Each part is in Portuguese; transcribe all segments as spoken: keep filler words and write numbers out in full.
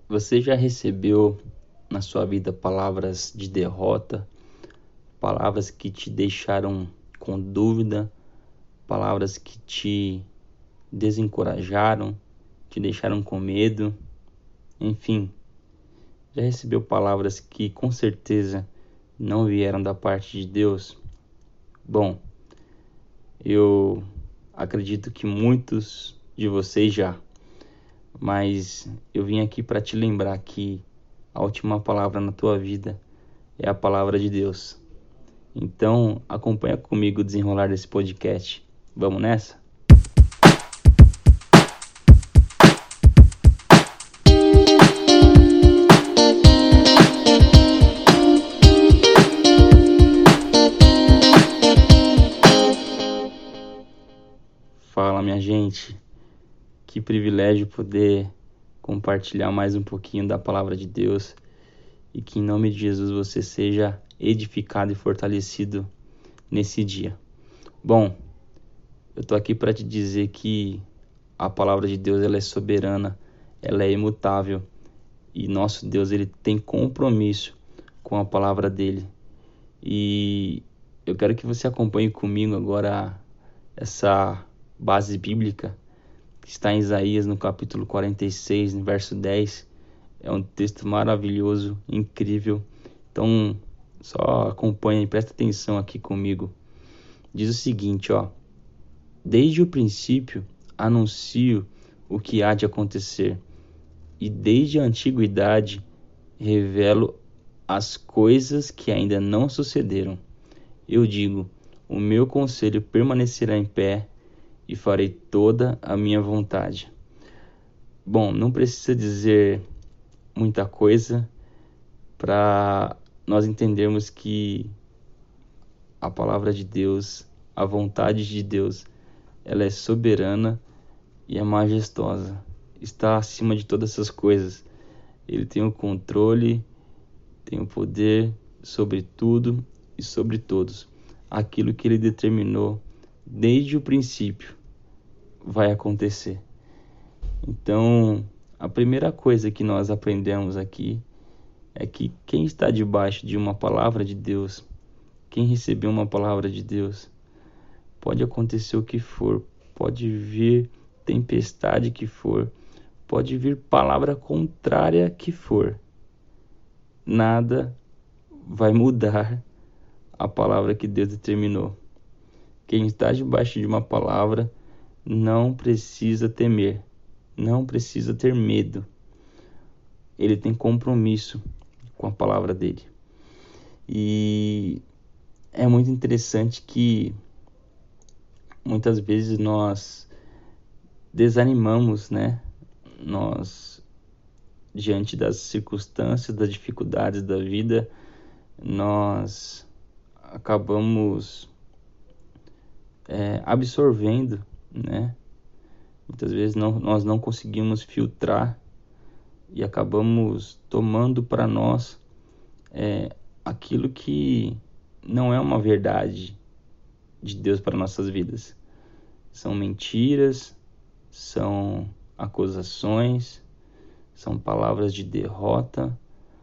Você já recebeu na sua vida palavras de derrota, palavras que te deixaram com dúvida, palavras que te desencorajaram, te deixaram com medo? Enfim, já recebeu palavras que com certeza não vieram da parte de Deus? Bom, eu acredito que muitos de vocês já, mas eu vim aqui para te lembrar que a última palavra na tua vida é a palavra de Deus. Então, acompanha comigo o desenrolar desse podcast. Vamos nessa? Fala, minha gente. Que privilégio poder compartilhar mais um pouquinho da palavra de Deus e que em nome de Jesus você seja edificado e fortalecido nesse dia. Bom, eu tô aqui para te dizer que a palavra de Deus ela é soberana, ela é imutável e nosso Deus ele tem compromisso com a palavra dele. E eu quero que você acompanhe comigo agora essa base bíblica que está em Isaías no capítulo quarenta e seis, no verso dez. É um texto maravilhoso, incrível. Então, só acompanha e presta atenção aqui comigo. Diz o seguinte, ó: desde o princípio anuncio o que há de acontecer, e desde a antiguidade revelo as coisas que ainda não sucederam. Eu digo, o meu conselho permanecerá em pé e farei toda a minha vontade. Bom, não precisa dizer muita coisa para nós entendermos que a palavra de Deus, a vontade de Deus, ela é soberana e é majestosa. Está acima de todas essas coisas. Ele tem o controle, tem o poder sobre tudo e sobre todos. Aquilo que ele determinou desde o princípio vai acontecer. Então, a primeira coisa que nós aprendemos aqui é que quem está debaixo de uma palavra de Deus, quem recebeu uma palavra de Deus, pode acontecer o que for, pode vir tempestade que for, pode vir palavra contrária que for, nada vai mudar a palavra que Deus determinou. Quem está debaixo de uma palavra não precisa temer, não precisa ter medo. Ele tem compromisso com a palavra dele. E é muito interessante que muitas vezes nós desanimamos, né? Nós, diante das circunstâncias, das dificuldades da vida, nós acabamos é, absorvendo, né? Muitas vezes não, nós não conseguimos filtrar e acabamos tomando para nós é, aquilo que não é uma verdade de Deus para nossas vidas. São mentiras, são acusações, são palavras de derrota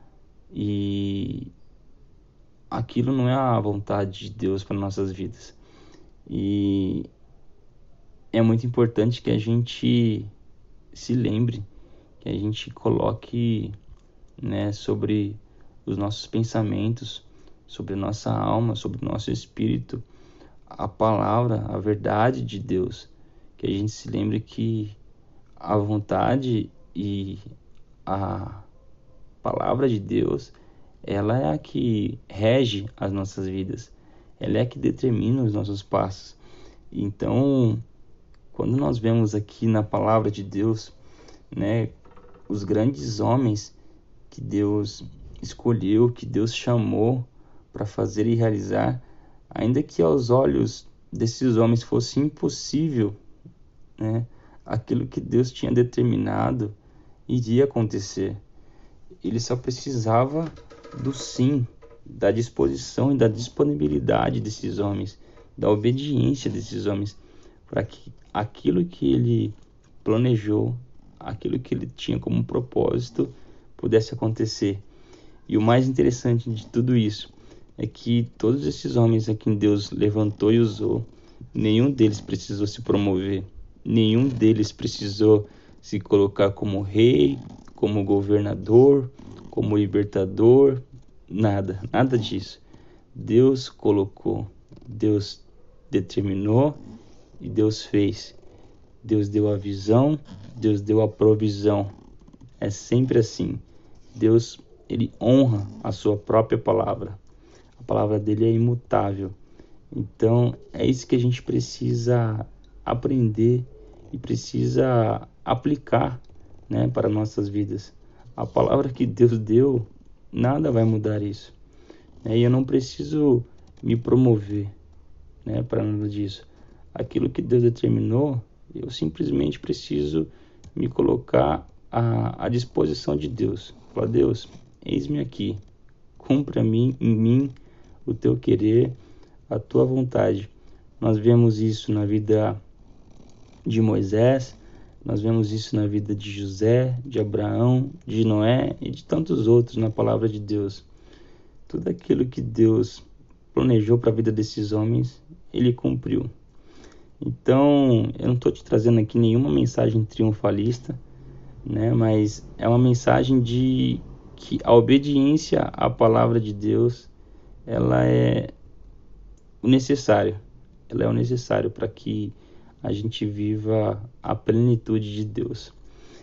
e aquilo não é a vontade de Deus para nossas vidas. E é muito importante que a gente se lembre, que a gente coloque, né, sobre os nossos pensamentos, sobre a nossa alma, sobre o nosso espírito, a palavra, a verdade de Deus. Que a gente se lembre que a vontade e a palavra de Deus, ela é a que rege as nossas vidas. Ela é a que determina os nossos passos. Então, quando nós vemos aqui na palavra de Deus, né, os grandes homens que Deus escolheu, que Deus chamou para fazer e realizar, ainda que aos olhos desses homens fosse impossível, né, aquilo que Deus tinha determinado iria acontecer. Ele só precisava do sim, da disposição e da disponibilidade desses homens, da obediência desses homens, para que aquilo que ele planejou, aquilo que ele tinha como propósito, pudesse acontecer. E o mais interessante de tudo isso é que todos esses homens a quem Deus levantou e usou, nenhum deles precisou se promover, nenhum deles precisou se colocar como rei, como governador, como libertador, nada, nada disso. Deus colocou, Deus determinou e Deus fez. Deus deu a visão, Deus deu a provisão. É sempre assim. Deus, ele honra a sua própria palavra. A palavra dele é imutável. Então, é isso que a gente precisa aprender e precisa aplicar, né, para nossas vidas. A palavra que Deus deu, nada vai mudar isso. Né? E eu não preciso me promover, né, para nada disso. Aquilo que Deus determinou, eu simplesmente preciso me colocar à, à disposição de Deus. Falar, Deus, eis-me aqui. Cumpra mim, em mim o teu querer, a tua vontade. Nós vemos isso na vida de Moisés, nós vemos isso na vida de José, de Abraão, de Noé e de tantos outros na palavra de Deus. Tudo aquilo que Deus planejou para a vida desses homens, ele cumpriu. Então, eu não estou te trazendo aqui nenhuma mensagem triunfalista, né? Mas é uma mensagem de que a obediência à palavra de Deus, ela é o necessário. Ela é o necessário para que a gente viva a plenitude de Deus.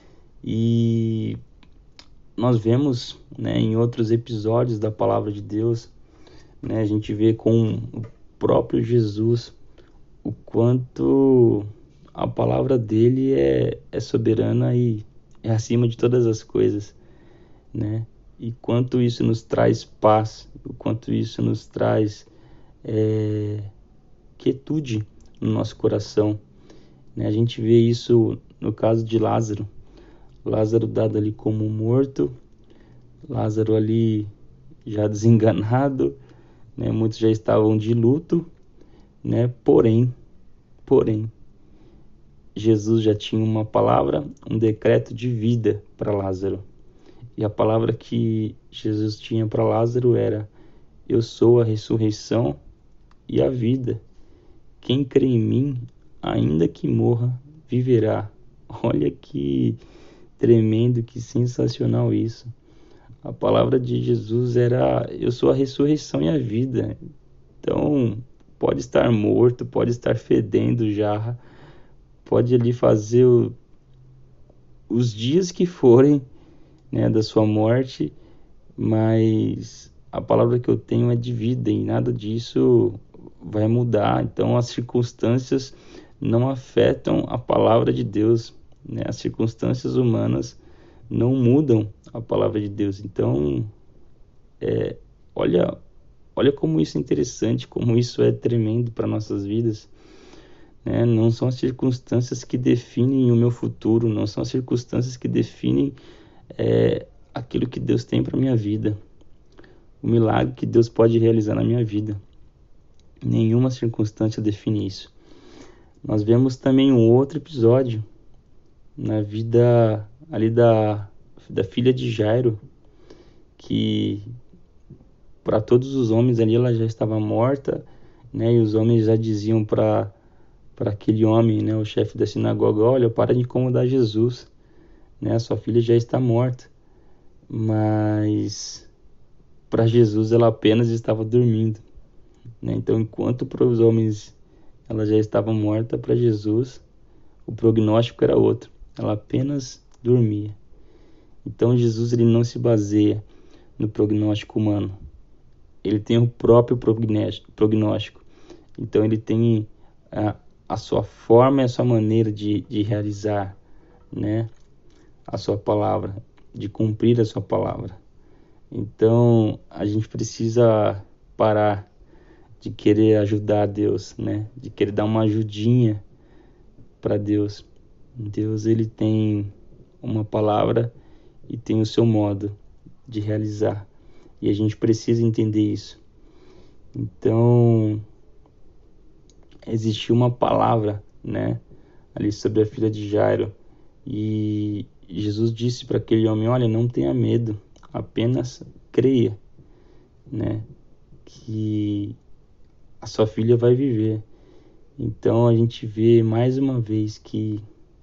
E nós vemos, né, em outros episódios da palavra de Deus, né, a gente vê com o próprio Jesus o quanto a palavra dele é, é soberana e é acima de todas as coisas, né? E quanto isso nos traz paz, o quanto isso nos traz é, quietude no nosso coração, né? A gente vê isso no caso de Lázaro. Lázaro dado ali como morto, Lázaro ali já desenganado, né? Muitos já estavam de luto, né? Porém, porém, Jesus já tinha uma palavra, um decreto de vida para Lázaro. E a palavra que Jesus tinha para Lázaro era: eu sou a ressurreição e a vida. Quem crê em mim, ainda que morra, viverá. Olha que tremendo, que sensacional isso. A palavra de Jesus era: eu sou a ressurreição e a vida. Então, pode estar morto, pode estar fedendo já, pode ali fazer o, os dias que forem, né, da sua morte, mas a palavra que eu tenho é de vida e nada disso vai mudar. Então as circunstâncias não afetam a palavra de Deus, né? As circunstâncias humanas não mudam a palavra de Deus. Então, é, olha, olha como isso é interessante, como isso é tremendo para nossas vidas. Né? Não são as circunstâncias que definem o meu futuro, não são as circunstâncias que definem é, aquilo que Deus tem para minha vida, o milagre que Deus pode realizar na minha vida. Nenhuma circunstância define isso. Nós vemos também um outro episódio na vida ali da, da filha de Jairo, que para todos os homens ali ela já estava morta, né? E os homens já diziam para para aquele homem, né, o chefe da sinagoga: olha, para de incomodar Jesus, né? A sua filha já está morta. Mas para Jesus ela apenas estava dormindo, né? Então, enquanto para os homens ela já estava morta, para Jesus o prognóstico era outro: ela apenas dormia. Então Jesus, ele não se baseia no prognóstico humano, ele tem o próprio prognóstico. Então ele tem a, a sua forma e a sua maneira de, de realizar, né, a sua palavra, de cumprir a sua palavra. Então a gente precisa parar de querer ajudar Deus, né, de querer dar uma ajudinha para Deus. Deus, ele tem uma palavra e tem o seu modo de realizar, e a gente precisa entender isso. Então existiu uma palavra, né, ali sobre a filha de Jairo, e Jesus disse para aquele homem: olha, não tenha medo, apenas creia, né, que a sua filha vai viver. Então a gente vê mais uma vez que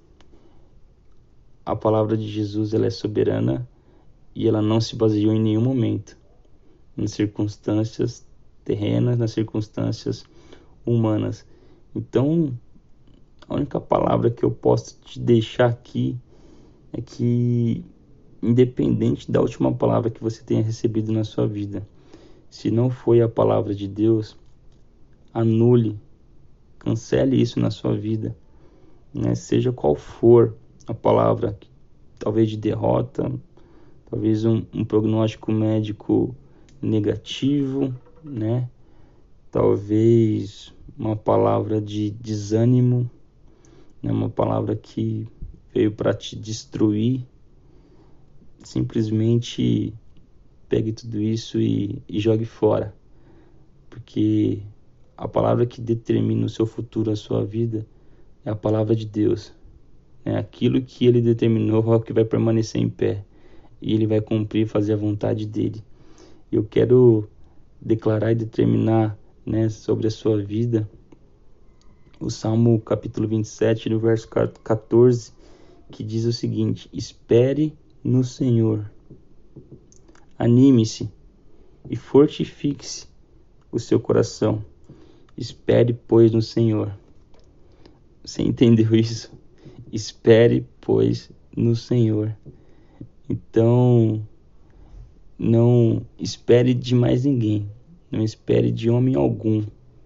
a palavra de Jesus, ela é soberana e ela não se baseou em nenhum momento nas circunstâncias terrenas, nas circunstâncias humanas. Então, a única palavra que eu posso te deixar aqui é que, independente da última palavra que você tenha recebido na sua vida, se não foi a palavra de Deus, anule, cancele isso na sua vida, né? Seja qual for a palavra, talvez de derrota, talvez um, um prognóstico médico negativo, né? Talvez uma palavra de desânimo, né? Uma palavra que veio para te destruir. Simplesmente pegue tudo isso e, e jogue fora, porque a palavra que determina o seu futuro, a sua vida, é a palavra de Deus. É aquilo que ele determinou é o que vai permanecer em pé, e ele vai cumprir e fazer a vontade dele. Eu quero declarar e determinar, né, sobre a sua vida o Salmo capítulo vinte e sete, no verso quatorze, que diz o seguinte: espere no Senhor, anime-se e fortifique-se o seu coração. Espere, pois, no Senhor. Você entendeu isso? Espere, pois, no Senhor. Então, não espere de mais ninguém, não espere de homem algum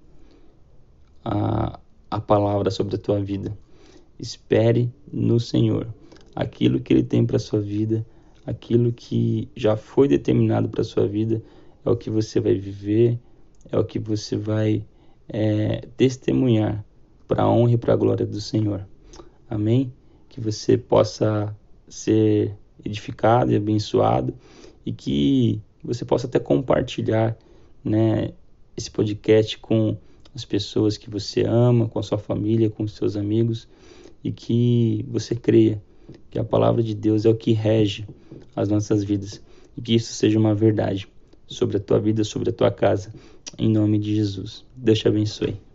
a, a palavra sobre a tua vida. Espere no Senhor. Aquilo que Ele tem para a sua vida, aquilo que já foi determinado para a sua vida, é o que você vai viver, é o que você vai é, testemunhar para a honra e para a glória do Senhor. Amém? Que você possa ser edificado e abençoado, e que você possa até compartilhar, né, esse podcast com as pessoas que você ama, com a sua família, com os seus amigos, e que você creia que a palavra de Deus é o que rege as nossas vidas, e que isso seja uma verdade sobre a tua vida, sobre a tua casa, em nome de Jesus. Deus te abençoe.